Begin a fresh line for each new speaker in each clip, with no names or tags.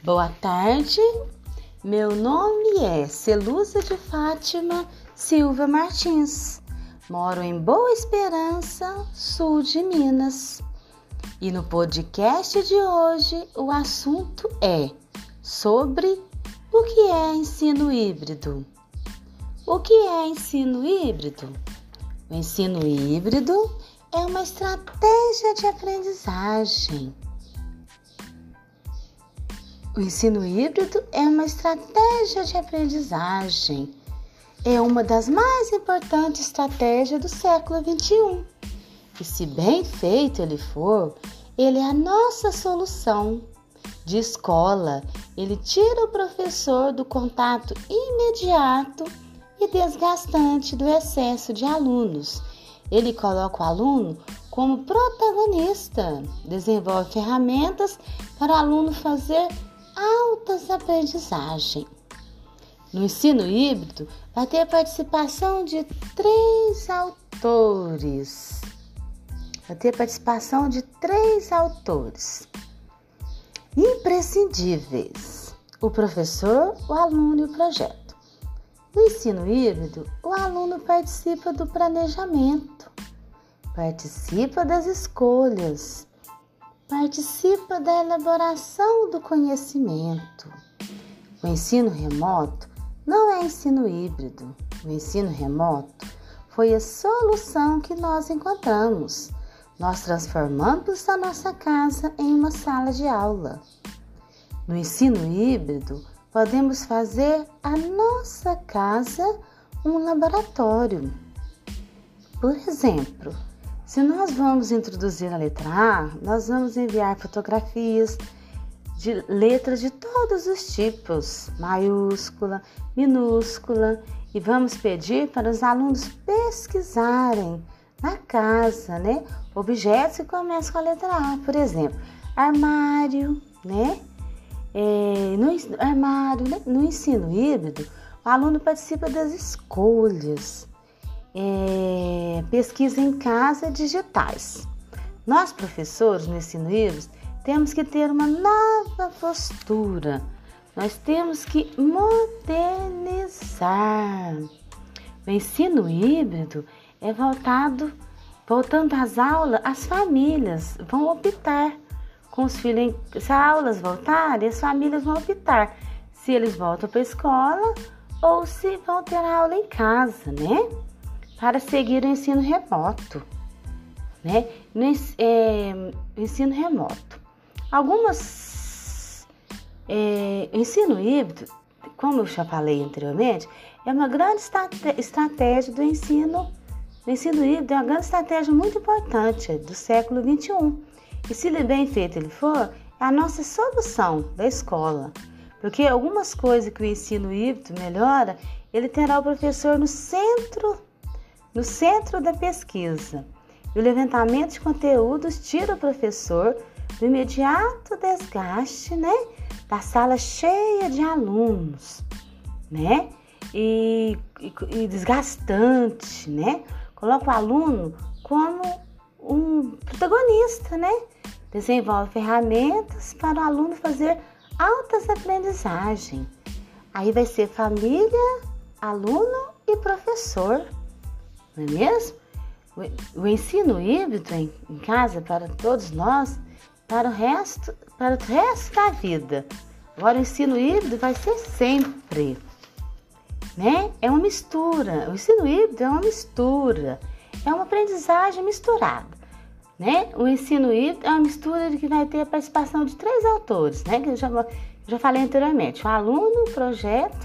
Boa tarde, meu nome é Celusa de Fátima Silva Martins, moro em Boa Esperança, sul de Minas. E no podcast de hoje o assunto é sobre o que é ensino híbrido. O que é ensino híbrido? O ensino híbrido é uma estratégia de aprendizagem. O ensino híbrido é uma estratégia de aprendizagem. É uma das mais importantes estratégias do século XXI. E se bem feito ele for, ele é a nossa solução de escola. Ele tira o professor do contato imediato e desgastante do excesso de alunos. Ele coloca o aluno como protagonista, desenvolve ferramentas para o aluno fazer altas aprendizagem. No ensino híbrido, vai ter a participação de 3 autores. Imprescindíveis: o professor, o aluno e o projeto. No ensino híbrido, o aluno participa do planejamento, participa das escolhas, participa da elaboração do conhecimento. O ensino remoto não é ensino híbrido. O ensino remoto foi a solução que nós encontramos. Nós transformamos a nossa casa em uma sala de aula. No ensino híbrido, podemos fazer a nossa casa um laboratório. Por exemplo, se nós vamos introduzir a letra A, nós vamos enviar fotografias de letras de todos os tipos, maiúscula, minúscula, e vamos pedir para os alunos pesquisarem na casa, objetos que começam com a letra A, por exemplo, armário, No ensino híbrido, o aluno participa das escolhas, pesquisa em casa digitais. Nós, professores, no ensino híbrido, temos que ter uma nova postura. Nós temos que modernizar. O ensino híbrido é voltando às aulas, as famílias vão optar com os filhos. Se as aulas voltarem, as famílias vão optar se eles voltam para a escola ou se vão ter aula em casa, para seguir o ensino remoto, ensino remoto. Ensino híbrido, como eu já falei anteriormente, é uma grande estratégia do ensino. O ensino híbrido é uma grande estratégia muito importante do século XXI. E se bem feito ele for, é a nossa solução da escola. Porque algumas coisas que o ensino híbrido melhora, ele terá o professor no centro da pesquisa. E o levantamento de conteúdos tira o professor do imediato desgaste, da sala cheia de alunos, e desgastante, Coloca o aluno como um protagonista, Desenvolve ferramentas para o aluno fazer altas aprendizagens. Aí vai ser família, aluno e professor, não é mesmo? O ensino híbrido em casa para todos nós, para o resto da vida. Agora o ensino híbrido vai ser sempre, É uma mistura. O ensino híbrido é uma mistura, é uma aprendizagem misturada, O ensino híbrido é uma mistura que vai ter a participação de 3 autores, que eu já falei anteriormente. O aluno, o projeto,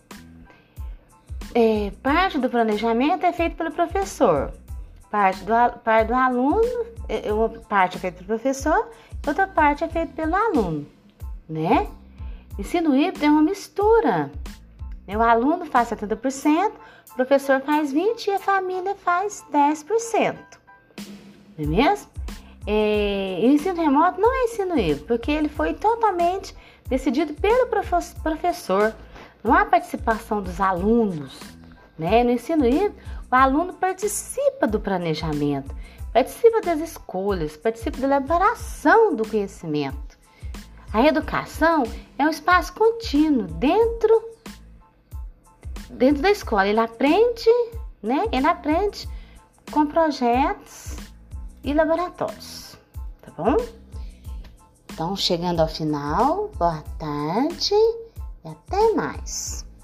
parte do planejamento é feito pelo professor. Parte do aluno, uma parte é feita pelo professor, outra parte é feita pelo aluno, Ensino híbrido é uma mistura. O aluno faz 70%, o professor faz 20% e a família faz 10%, não é mesmo? O ensino remoto não é ensino híbrido, porque ele foi totalmente decidido pelo professor. Não há participação dos alunos, No ensino híbrido, o aluno participa do planejamento, participa das escolhas, participa da elaboração do conhecimento. A educação é um espaço contínuo dentro da escola. Ele aprende, né? Ele aprende com projetos e laboratórios, tá bom? Então, chegando ao final, boa tarde e até mais.